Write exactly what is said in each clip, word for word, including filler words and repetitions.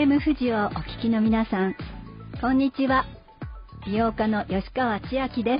エム 富士をお聞きの皆さん、こんにちは。美容家の吉川千明です。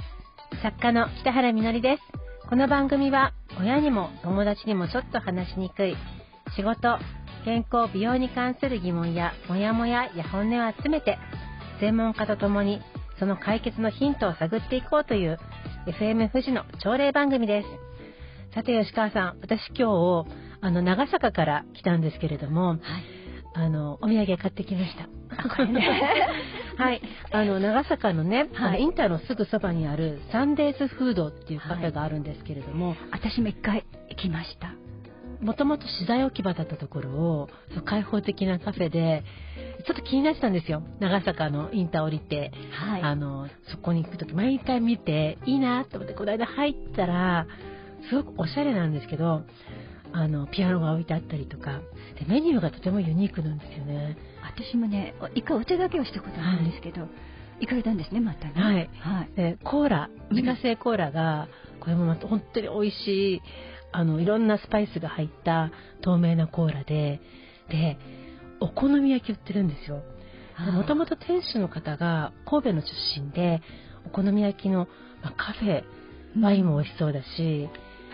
作家の北原みのりです。この番組は親にも友達にもちょっと話しにくい仕事、健康、美容に関する疑問やモヤモヤや本音を集めて、専門家とともにその解決のヒントを探っていこうという エフエム 富士の朝礼番組です。さて吉川さん、私今日あの長坂から来たんですけれども、はい、あのお土産買ってきました。これねはい、あの長坂のね、はい、インターのすぐそばにあるサンデーズフードっていうカフェがあるんですけれども、はい、 私も一回行きました。 もともと資材置き場だったところを開放的なカフェでちょっと気になってたんですよ。長坂のインター降りて、はい、あのそこに行くとき毎回見ていいなと思って、この間入ったらすごくおしゃれなんですけど、あのピアノが置いてあったりとかで、メニューがとてもユニークなんですよね。 私もね、一回お茶だけをしたことあるんですけど、はい、行かれたんですね、またね。 はい、はい、でコーラ、自家製コーラが、うん、これもまた本当に美味しい、あのいろんなスパイスが入った透明なコーラで、でお好み焼き売ってるんですよ。もともと店主の方が神戸の出身で、お好み焼きの、まあ、カフェ、ワインも美味しそうだし、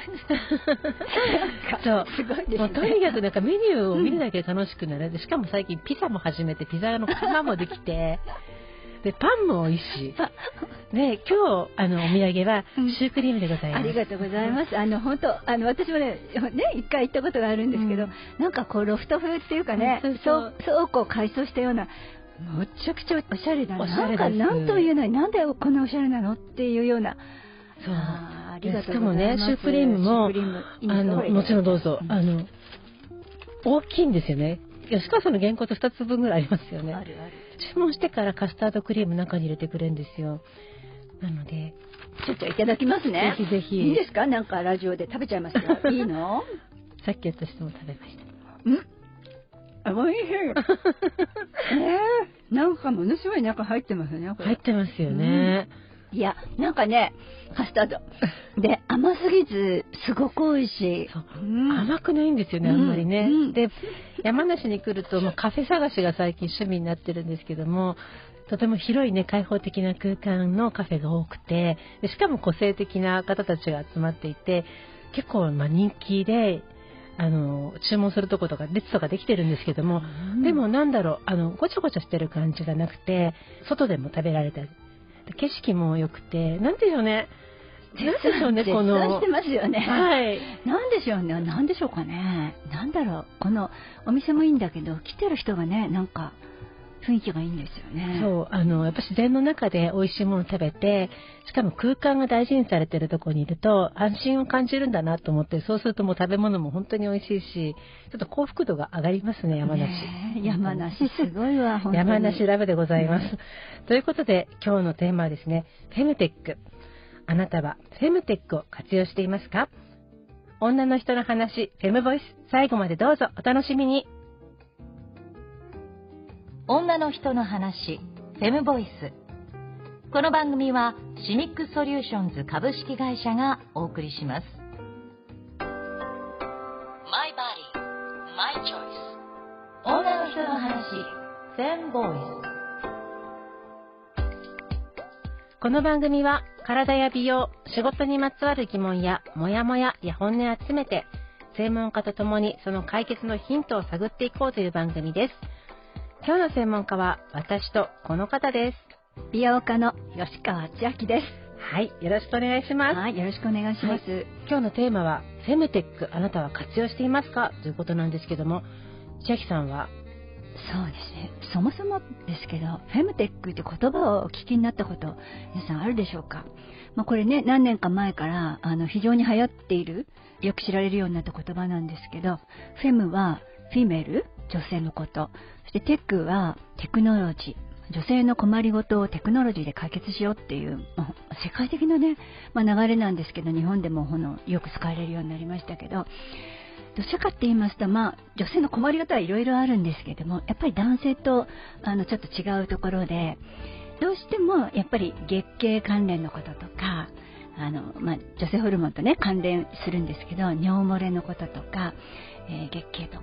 そうすごいですね。もうとにかくなんかメニューを見るだけで楽しくなる。でしかも最近ピザも始めて、ピザの窯もできてでパンも美味しいで、今日あのお土産はシュークリームでございます、うん、ありがとうございます。あの本当あの私もねね一回行ったことがあるんですけど、うん、なんかこうロフト風っていうかね、うん、そうそうこう改装したような、むちゃくちゃおしゃれだな。なんかなんというのになんでこんなおしゃれなのっていうような。 そう、ありがとうございます。しかもね、シュークリームもいいあのもちろんどうぞ、うん、あの大きいんですよね。吉川さんの原稿とふたつぶんぐらいありますよね。あるある。注文してからカスタードクリーム中に入れてくれるんですよ。なのでちょっといただきますね。 ぜひぜひ。 いいですか、なんかラジオで食べちゃいますよ。いいの？ さっき私も食べました。 うん、おいしい。えー、なんかものすごい中入ってますよね。これ入ってますよね。 うん、いや、なんかね、カスタードで甘すぎずすごく美味しい。 うん、甘くないんですよね、あんまりね。うんうん、で、山梨に来ると、まあ、カフェ探しが最近趣味になってるんですけども、とても広いね、開放的な空間のカフェが多くて、でしかも個性的な方たちが集まっていて、結構まあ人気で、あの注文するとことか列とかできてるんですけども、うん、でもなんだろう、あのごちゃごちゃしてる感じがなくて、外でも食べられたり、景色も良くて、なんでしょうね、なんでしょうね、この絶賛してますよね。 はい。 なんでしょうね、なんでしょうかね。なんだろう、このお店もいいんだけど、来てる人がね、なんか雰囲気がいいんですよね。 そう、あのやっぱ自然の中で美味しいものを食べて、しかも空間が大事にされているところにいると安心を感じるんだなと思って、そうするともう食べ物も本当に美味しいし、ちょっと幸福度が上がりますね、山梨。 ね、山梨すごいわ。 山梨ラブでございます。ね、ということで今日のテーマはですね、フェムテック。あなたはフェムテックを活用していますか？女の人の話、フェムボイス、最後までどうぞお楽しみに。 女の人の話、フェムボイス。この番組はシニックソリューションズ株式会社がお送りします。My body, my choice。女の人の話、フェムボイス。 この番組は体や美容、仕事にまつわる疑問やモヤモヤや本音を集めて、専門家とともにその解決のヒントを探っていこうという番組です。今日の専門家は私とこの方です。 美容家の吉川千明です。 はい、よろしくお願いします。 はい、よろしくお願いします。はい、 今日のテーマはフェムテック、あなたは活用していますかということなんですけども、千明さんは？ そうですね、そもそもですけど、フェムテックって言葉をお聞きになったこと皆さんあるでしょうか？まあ、これね、何年か前からあの非常に流行っている、よく知られるようになった言葉なんですけど、フェムはフィメール、女性のこと、そしてテックはテクノロジー、女性の困りごとをテクノロジーで解決しようっていう、まあ、世界的なね、まあ、流れなんですけど、日本でもほのよく使われるようになりましたけど、どちらかって言いますと、まあ、女性の困りごとはいろいろあるんですけども、やっぱり男性とあのちょっと違うところで、どうしてもやっぱり月経関連のこととか、あの、まあ、女性ホルモンとね関連するんですけど、尿漏れのこととか、えー、月経とか、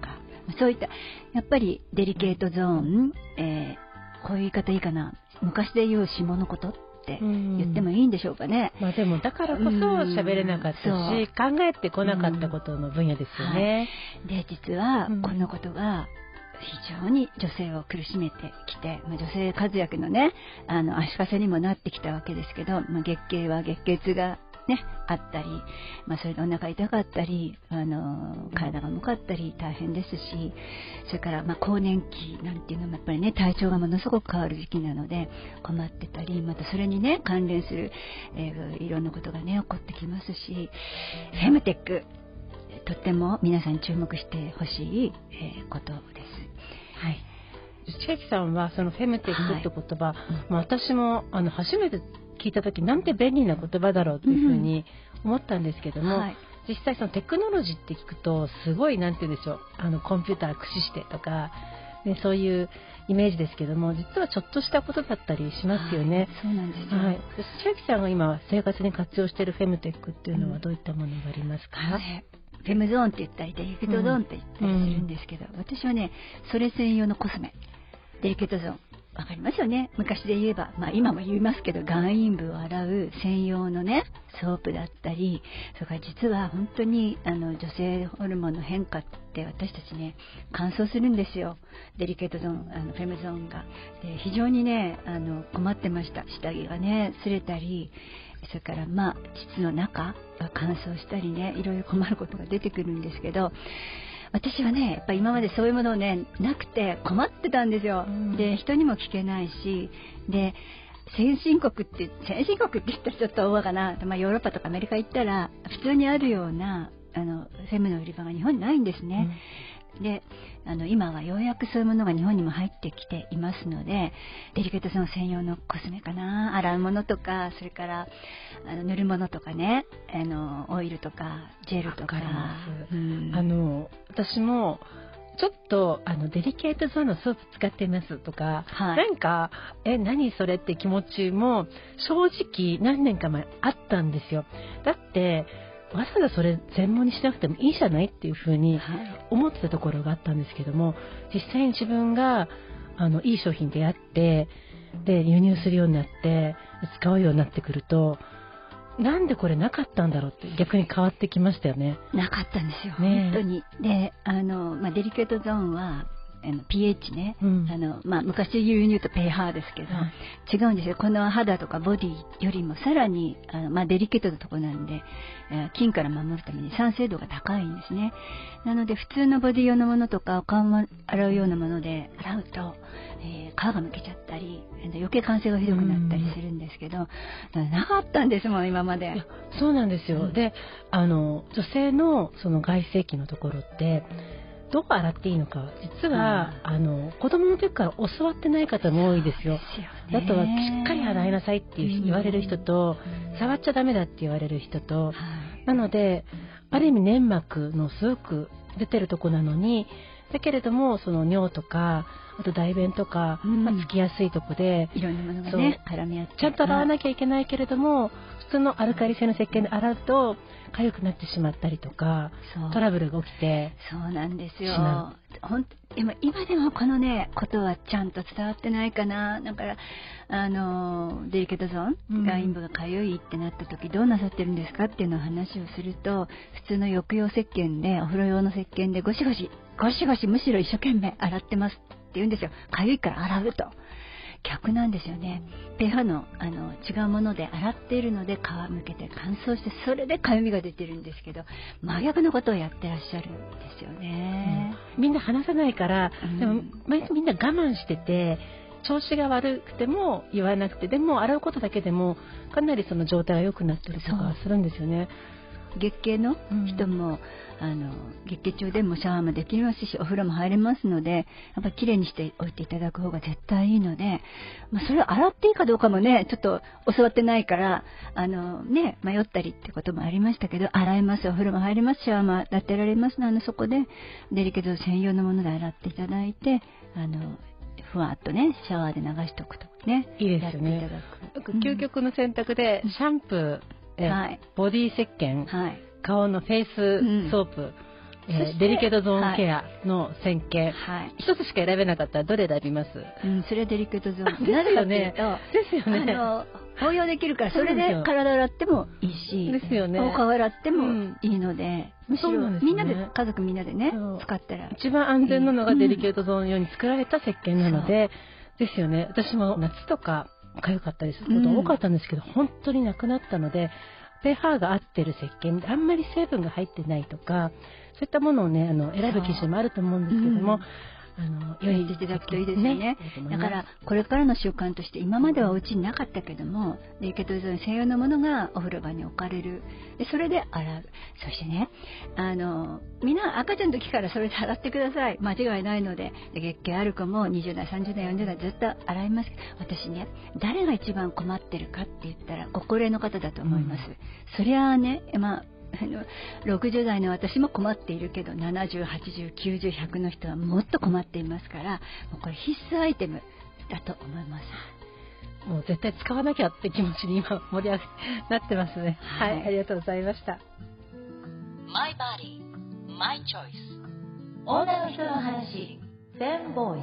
そういったやっぱりデリケートゾーン、えー、こういう言い方いいかな、昔で言う下のことって言ってもいいんでしょうかね。 まあ、でもだからこそ喋れなかったし、考えてこなかったことの分野ですよね。 はい、で実はこのことが非常に女性を苦しめてきて、まあ、女性活躍のね、あの足かせにもなってきたわけですけど、まあ、月経は月経痛がね、あったり、まあ、それでお腹痛かったり、あの体が重かったり大変ですし、それからまあ更年期なんていうのもやっぱりね、体調がものすごく変わる時期なので困ってたり、またそれにね関連する、えー、いろんなことがね起こってきますし、フェムテックとっても皆さんに注目してほしい、えー、ことです。はい。 千秋さんはそのフェムテックって言葉、はい、まあ、私もあの初めて聞いた時なんて便利な言葉だろうというふうに思ったんですけども、うんはい、実際そのテクノロジーって聞くとすごいなんて言うんでしょう、あのコンピューター駆使してとか、ね、そういうイメージですけども、実はちょっとしたことだったりしますよね。はい、 そうなんですよ。 はい、千秋さんが今生活に活用しているフェムテックっていうのはどういったものがありますか？ うんはい、フェムゾーンって言ったりデリケートゾーンって言ったりするんですけど、うん、私はねそれ専用のコスメ、デリケートゾーンわかりますよね。昔で言えば、まあ、今も言いますけど眼陰部を洗う専用のねソープだったり、それから実は本当にあの女性ホルモンの変化って私たちね乾燥するんですよ。デリケートゾーン、あのフェムゾーンがで非常にねあの困ってました。下着がね擦れたり、それからまあ膣の中が乾燥したりね、いろいろ困ることが出てくるんですけど、私はねやっぱり今までそういうものをねなくて困ってたんですよ。うん、で人にも聞けないし、で先進国って先進国って言ったらちょっと大かな、まあ、ヨーロッパとかアメリカ行ったら普通にあるようなあのフェムの売り場が日本にないんですね。うん、であの今はようやくそういうものが日本にも入ってきていますので、デリケートゾーン専用のコスメかな、洗うものとか、それからあの塗るものとかね、あのオイルとかジェルとか。わかります。 うん、あの私もちょっとあのデリケートゾーンのソープ使ってますとか、はい、なんかえ何それって気持ちも正直何年か前あったんですよ。だってわざわざそれ専門にしなくてもいいじゃないっていうふうに思ってたところがあったんですけども、実際に自分があのいい商品でやってで輸入するようになって使うようになってくると、なんでこれなかったんだろうって逆に変わってきましたよね。 なかったんですよ、ね、本当に。であの、まあ、デリケートゾーンはあの pH ね、うん、あのまあ、昔で言うと pH ですけど、はい、違うんですよ。この肌とかボディよりもさらにあの、まあ、デリケートなところなんで、えー、菌から守るために酸性度が高いんですね。なので普通のボディ用のものとかお顔も洗うようなもので洗うと、えー、皮がむけちゃったり余計乾性がひどくなったりするんですけど、だからなかったんですもん今まで。 そうなんですよ。うん、であの女性のその外性器のところってどう洗っていいのか実は、うん、あの子供の時から教わってない方も多いですよ。あとはしっかり洗いなさいって言われる人と、うん、触っちゃダメだって言われる人と、うん、なのである意味粘膜のすごく出てるとこなのに、だけれどもその尿とかあと大便とか、うんまあ、つきやすいとこでいろんなものがね絡み合ってちゃんと洗わなきゃいけないけれども、普通のアルカリ性の石鹸で洗うと痒くなってしまったりとかトラブルが起きてそうなんですよ。ほん今, 今でもこのねことはちゃんと伝わってないかな。だからあのデリケートゾーン、うん、外陰部が痒いってなった時どうなさってるんですかっていうのを話をすると、普通の浴用石鹸でお風呂用の石鹸でゴシゴシゴシゴシむしろ一生懸命洗ってますって言うんですよ。痒いから洗うと。逆なんですよね。pH の、あの違うもので洗っているので皮むけて乾燥して、それでかゆみが出てるんですけど、真逆のことをやってらっしゃるんですよね。 うん、みんな話さないから、うん、でもみんな我慢してて調子が悪くても言わなくて、でも洗うことだけでもかなりその状態が良くなったりとかするんですよね。 月経の人も、うん、あの月経中でもシャワーもできますしお風呂も入れますので、やっぱりきれいにしておいていただく方が絶対いいので、まあ、それを洗っていいかどうかもねちょっと教わってないからあの、ね、迷ったりってこともありましたけど、洗えます、お風呂も入れます、シャワーも当てられますので、そこでデリケート専用のもので洗っていただいて、あのふわっとねシャワーで流しておくとね、 いいですよね。究極の選択でシャンプー、はい、ボディ石鹸、はい、顔のフェイスソープ、うん、 えー、デリケートゾーンケアの点検、 はい、 一つしか選べなかったらどれ選びます？ うん、それはデリケートゾーン。 ですよね。 なぜかというと、 ですよね。 あの応用できるから、それで体洗ってもいいし、 ですよね。 お顔洗ってもいいので、うん、むしろ、ね、みんなで家族みんなでね使ったら一番安全なのがデリケートゾーン用に作られた石鹸なので、うん、ですよね。私も夏とか痒かったりすること多かったんですけど、うん、本当になくなったので、pH が合ってる石鹸であんまり成分が入ってないとか、そういったものをねあの選ぶ基準もあると思うんですけども、あの良いいただくといいですよね。ねだからこれからの習慣として、今まではお家になかったけども、デリケートゾーン専用のものがお風呂場に置かれる。でそれで洗う。そしてね、あのみんな赤ちゃんの時からそれで洗ってください。間違いないので。で月経ある子もにじゅう代さんじゅう代よんじゅう代ずっと洗いますけど、私ね、誰が一番困ってるかって言ったらご高齢の方だと思います。うん、そりゃあね、まああのろくじゅう代の私も困っているけど、ななじゅう、はちじゅう、きゅうじゅう、ひゃくの人はもっと困っていますから、もうこれ必須アイテムだと思います。 もう絶対使わなきゃって気持ちに今盛り上がなってますね。はい、はい、ありがとうございました。 My body, my choice。女の人の話、フェムボイ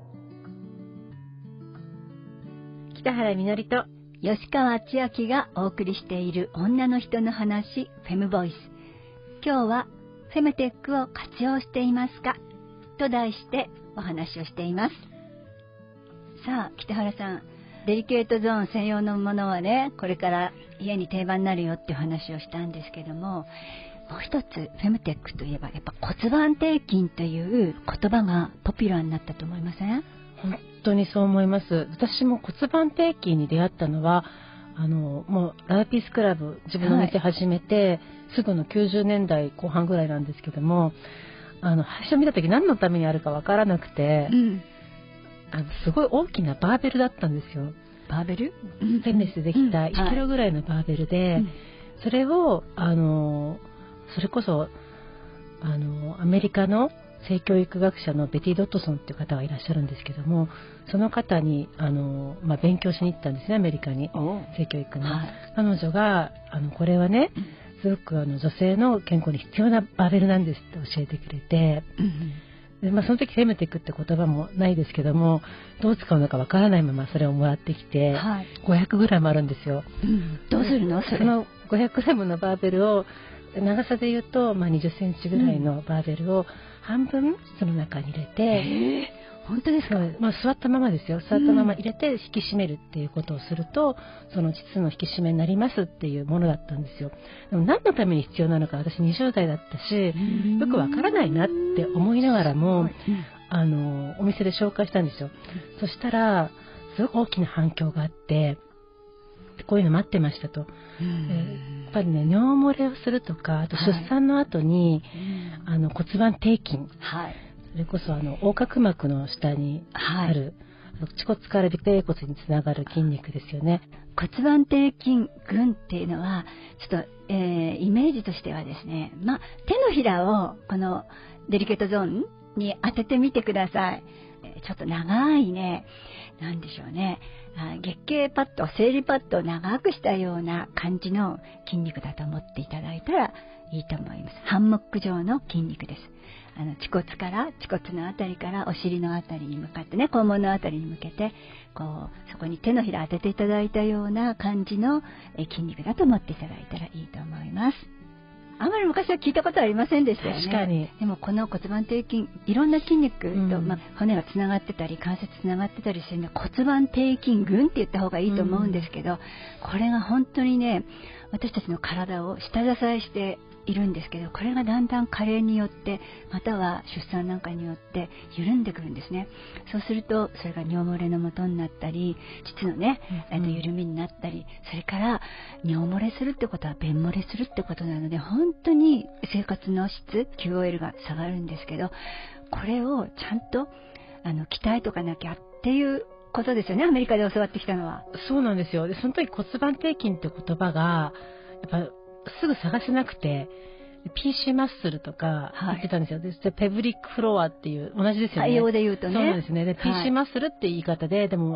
ス。北原みのりと吉川千明がお送りしている女の人の話、フェムボイス。今日はフェムテックを活用していますかと題してお話をしています。さあ北原さん、デリケートゾーン専用のものはね、これから家に定番になるよっていう話をしたんですけども、もう一つフェムテックといえばやっぱ骨盤底筋という言葉がポピュラーになったと思いません？ 本当にそう思います。私も骨盤底筋に出会ったのは、あのもうラブピースクラブ自分のお店始めて、はい、すぐのきゅうじゅうねんだいこう半ぐらいなんですけども、あの最初見た時何のためにあるかわからなくて、うん、あのすごい大きなバーベルだったんですよ。 バーベル？ ステンレスでできたいちキロぐらいのバーベルで、はい、それをあのそれこそあのアメリカの性教育学者のベティ・ドットソンっていう方がいらっしゃるんですけども、その方にあの、まあ、勉強しに行ったんですね、アメリカに、性教育の、はい、彼女があのこれはね、すごくあの女性の健康に必要なバーベルなんですって教えてくれて、うんでまあ、その時フェムテックって言葉もないですけども、どう使うのかわからないままそれをもらってきて、はい、ごひゃくグラムあるんですよ、 うん、どうするのそれ。 そのごひゃくグラムのバーベルを長さで言うと、まあ、にじゅっセンチぐらいのバーベルを半分その中に入れて、 えー、本当ですか？ まあ、座ったままですよ。座ったまま入れて引き締めるっていうことをすると、うん、その膣の引き締めになりますっていうものだったんですよ。でも何のために必要なのか私にじゅう代だったし、よくわからないなって思いながらも、うん、あのお店で紹介したんですよ。うん、そしたらすごく大きな反響があって、こういうの待ってましたと。えー、やっぱりね、尿漏れをするとか、あと出産の後に、はい、あの骨盤底筋、はい、それこそあの横隔膜の下にある、はい、恥骨から尾てい骨につながる筋肉ですよね。 骨盤底筋群っていうのはちょっと、えー、イメージとしてはですね、まあ、手のひらをこのデリケートゾーンに当ててみてください。ちょっと長いね、なんでしょうね、月経パッド、生理パッドを長くしたような感じの筋肉だと思っていただいたらいいと思います。ハンモック状の筋肉です。あの恥骨から恥骨のあたりからお尻のあたりに向かってね、肛門のあたりに向けてこうそこに手のひら当てていただいたような感じの筋肉だと思っていただいたらいいと思います。あまり昔は聞いたことありませんでしたよね。 確かに。 でもこの骨盤底筋、いろんな筋肉と、うんまあ、骨がつながってたり関節つながってたりするので、骨盤底筋群って言った方がいいと思うんですけど、うん、これが本当にね、私たちの体を下支えしているんですけど、これがだんだん加齢によってまたは出産なんかによって緩んでくるんですね。そうするとそれが尿漏れの元になったり、膣のね、うん、緩みになったり、それから尿漏れするってことは便漏れするってことなので、本当に生活の質 キューオーエル が下がるんですけど、これをちゃんとあの鍛えとかなきゃっていうことですよね。アメリカで教わってきたのは。 そうなんですよ。でその時骨盤底筋って言葉がやっぱすぐ探せなくて、 ピーシー マッスルとか言ってたんですよ。はい、でペブリックフロアっていう同じですよね。 用で言うとね。 そうなんですね。で、はい、ピーシー マッスルって言い方で、でも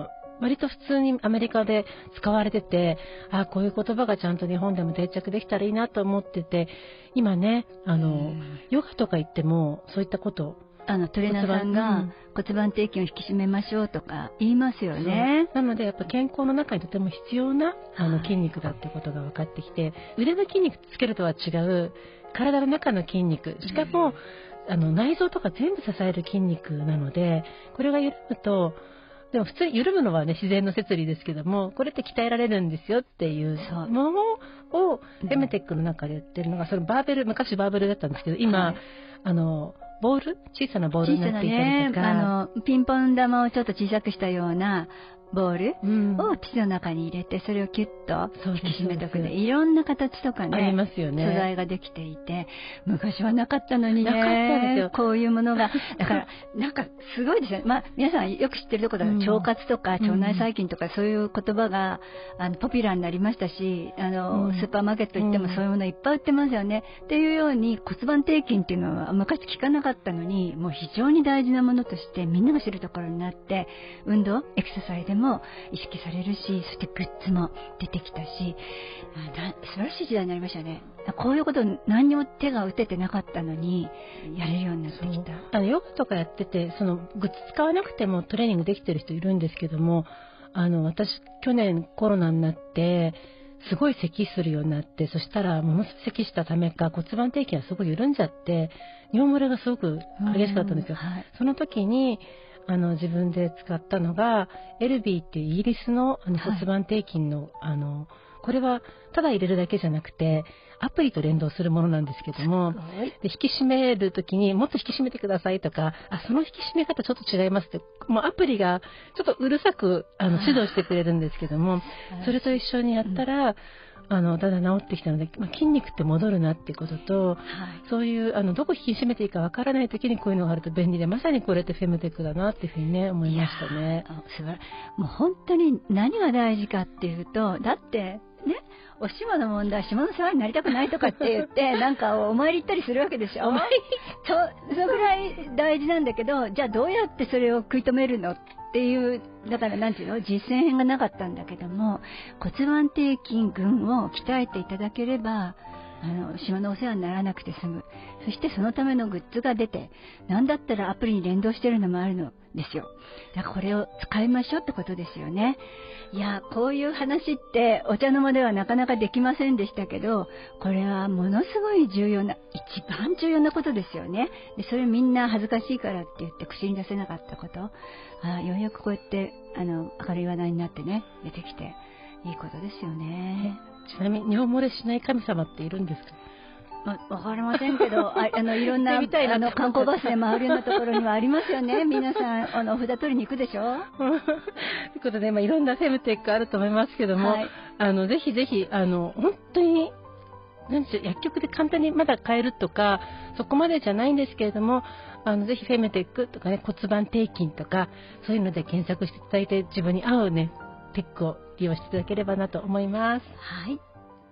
割と普通にアメリカで使われてて、あ、こういう言葉がちゃんと日本でも定着できたらいいなと思ってて、今ね、あのヨガとか行ってもそういったことあのトレーナーさんが骨盤底筋を引き締めましょうとか言いますよね。 なのでやっぱ健康の中にとても必要なあの筋肉だってことが分かってきて、腕の筋肉つけるとは違う体の中の筋肉、しかも、うん、あの内臓とか全部支える筋肉なので、これが緩むと、でも普通に緩むのはね自然の摂理ですけども、これって鍛えられるんですよっていうものをフェムテックの中で言ってるのが、そのバーベル、昔バーベルだったんですけど、今、はい、あのボール、小さなボールになっていたりとか、 ね、あのピンポン玉をちょっと小さくしたようなボールを土の中に入れて、それをキュッと引き締めておくで、いろんな形とかね、 ありますよね、 素材ができていて、昔はなかったのにね、 なかったんですよ、 こういうものが。だからなんかすごいですよね。まあ皆さんよく知ってるところだと、腸活とか腸内細菌とかそういう言葉があのポピュラーになりましたし、あの、うん、スーパーマーケット行ってもそういうものいっぱい売ってますよね、うん、っていうように骨盤底筋っていうのは昔聞かなかったのに、もう非常に大事なものとしてみんなが知るところになって、運動エクササイズでも意識されるし、そしてグッズも出てきたし、まあ、素晴らしい時代になりましたね。こういうこと何にも手が打ててなかったのにやれるようになってきた。 あのヨガとかやってて、そのグッズ使わなくてもトレーニングできてる人いるんですけども、あの私去年コロナになってすごい咳するようになって、そしたらものすごい咳したためか骨盤底筋がすごい緩んじゃって、尿漏れがすごく激しかったんですよ、はい、その時にあの自分で使ったのがエルビーっていうイギリスの、あの骨盤底筋の、はい、あのこれはただ入れるだけじゃなくてアプリと連動するものなんですけども、で引き締める時にもっと引き締めてくださいとか、あその引き締め方ちょっと違いますって、もうアプリがちょっとうるさくあの指導してくれるんですけども、それと一緒にやったら、うんあのだんだん治ってきたので、まあ、筋肉って戻るなっていうことと、はい、そういうあのどこ引き締めていいかわからない時にこういうのがあると便利で、まさにこれってフェムテックだなっていうふうにね思いましたね。 素晴らしい。もう本当に何が大事かっていうと、だってね、お島の問題、島の世話になりたくないとかって言ってなんかお参り行ったりするわけでしょ。お参りそそぐらい大事なんだけど、じゃあどうやってそれを食い止めるのっていう、だからなんていうの、実践編がなかったんだけども、骨盤底筋群を鍛えていただければあの島のお世話にならなくて済む。そしてそのためのグッズが出て、なんだったらアプリに連動してるのもあるのですよ。だからこれを使いましょうってことですよね。いや、こういう話ってお茶の間ではなかなかできませんでしたけど、これはものすごい重要な、一番重要なことですよね。でそれみんな恥ずかしいからって言って口に出せなかったこと、あようやくこうやってあの明るい話題になってね出てきていいことですよね。 ちなみに尿漏れしない神様っているんですか？ まあ、わかりませんけど、ああのいろんなあの観光バスで回るようなところにはありますよね。皆さんあの札取りに行くでしょ。ということで、まあ、いろんなフェムテックあると思いますけども、はい、あのぜひぜひあの本当になんでしょう、薬局で簡単にまだ買えるとかそこまでじゃないんですけれども、あのぜひフェムテックとかね、骨盤底筋とかそういうので検索していただいて、自分に合うねテックを利用していただければなと思います。 はい。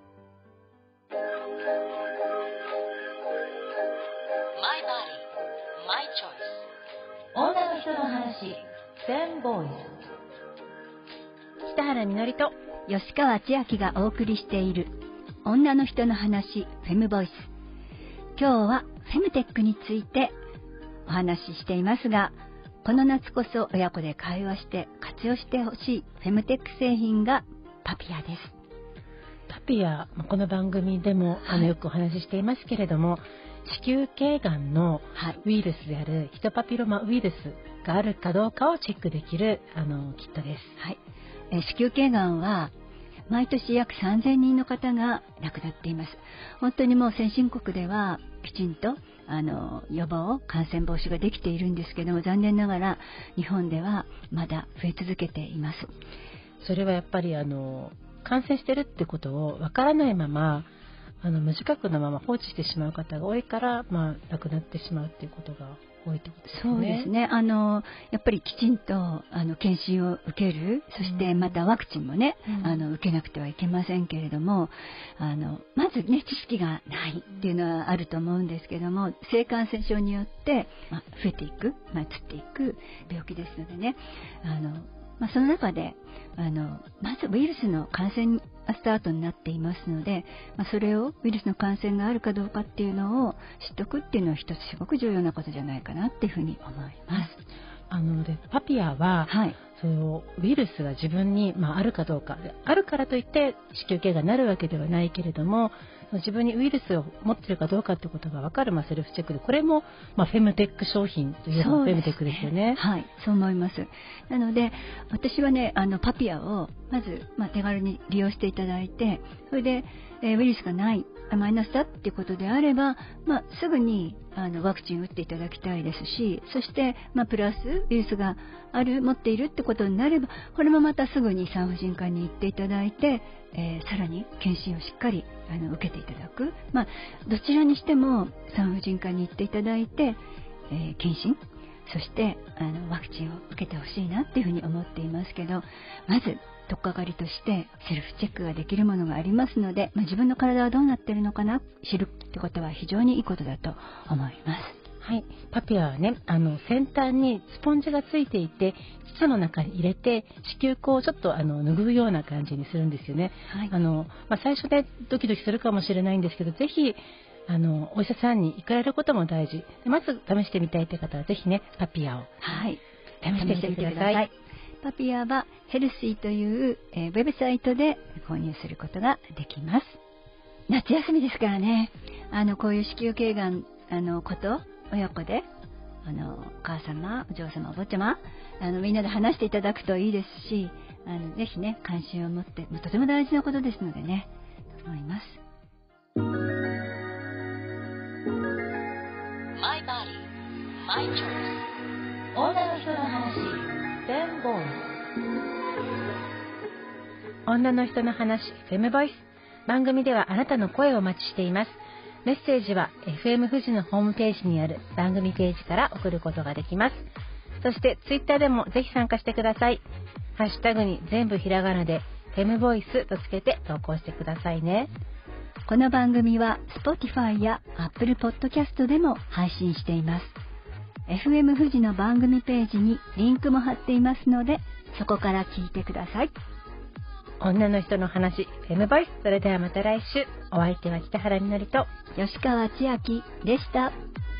女の人の話、フェムボイス。 北原みのりと吉川千明がお送りしている女の人の話、フェムボイス。今日はフェムテックについてお話ししていますが、この夏こそ親子で会話して活用してほしいフェムテック製品がパピアです。 パピア、この番組でもあのよくお話ししていますけれども、子宮頸がんのウイルスであるヒトパピロマウイルスがあるかどうかをチェックできるあのキットです。 はい、えー、子宮頸がんは毎年約さんぜんにんの方が亡くなっています。本当にもう先進国ではきちんとあの予防、感染防止ができているんですけども、残念ながら日本ではまだ増え続けています。 それはやっぱりあの感染してるってことをわからないまま、あの無自覚のまま放置してしまう方が多いから、まあ、亡くなってしまうっていうことが多いってことですね。 そうですね。あのやっぱりきちんとあの検診を受ける、そしてまたワクチンもね、うん、あの受けなくてはいけませんけれども、あのまずね知識がないっていうのはあると思うんですけども、性感染症によって、まあ、増えていく、まあ、移っていく病気ですのでね、あのまあ、その中であのまずウイルスの感染がスタートになっていますので、まあ、それをウイルスの感染があるかどうかっていうのを知っておくっていうのは一つすごく重要なことじゃないかなっていうふうに思います。 あのでパピアは、はい、そのウイルスが自分に、まあ、あるかどうかあるからといって子宮頸がんになるわけではないけれども、自分にウイルスを持っているかどうかということが分かる、まあ、セルフチェックで、これも、まあ、フェムテック商品というのがフェムテックですよね。 はい、そう思います。なので私はね、あのパピアをまず、まあ、手軽に利用していただいて、それで、えー、ウイルスがないマイナスだっていうことであれば、まあ、すぐにあのワクチンを打っていただきたいですし、そして、まあ、プラスウイルスがある持っているってことになれば、これもまたすぐに産婦人科に行っていただいて、えー、さらに検診をしっかりあの受けていただく、まあ、どちらにしても産婦人科に行っていただいて、えー、検診、そしてあのワクチンを受けてほしいなっていうふうに思っていますけど、まず取っかかりとしてセルフチェックができるものがありますので、まあ、自分の体はどうなっているのかな知るってことは非常にいいことだと思います。 はい、パピアはね、あの先端にスポンジがついていて、膣の中に入れて子宮口をちょっとあの拭うような感じにするんですよね。はい、あのまあ、最初でドキドキするかもしれないんですけど、ぜひあのお医者さんに行かれることも大事。まず試してみたいという方はぜひね、パピアを、 はい、 試してみてください。 パピアはヘルシーという、えー、ウェブサイトで購入することができます。夏休みですからね、あのこういう子宮頸がんあのこと親子であのお母様、お嬢様、お坊ちゃま、あのみんなで話していただくといいですし、あのぜひね関心を持って、とても大事なことですのでね、と思います。 マイバディ、マイチョイス。女の人の話、フェムボイス。 女の人の話、フェムボイス。番組ではあなたの声をお待ちしています。メッセージは エフエム 富士のホームページにある番組ページから送ることができます。そしてツイッターでもぜひ参加してください。ハッシュタグに全部ひらがなでフェムボイスとつけて投稿してくださいね。 この番組は Spotify や Apple Podcast でも配信しています。エフエム 富士の番組ページにリンクも貼っていますので、そこから聞いてください。 女の人の話、フェムボイス。それではまた来週。お相手は北原みのりと吉川千明でした。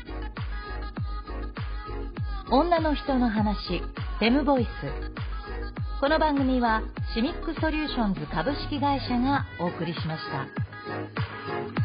女の人の話、フェムボイス。この番組はシミックソリューションズ株式会社がお送りしました。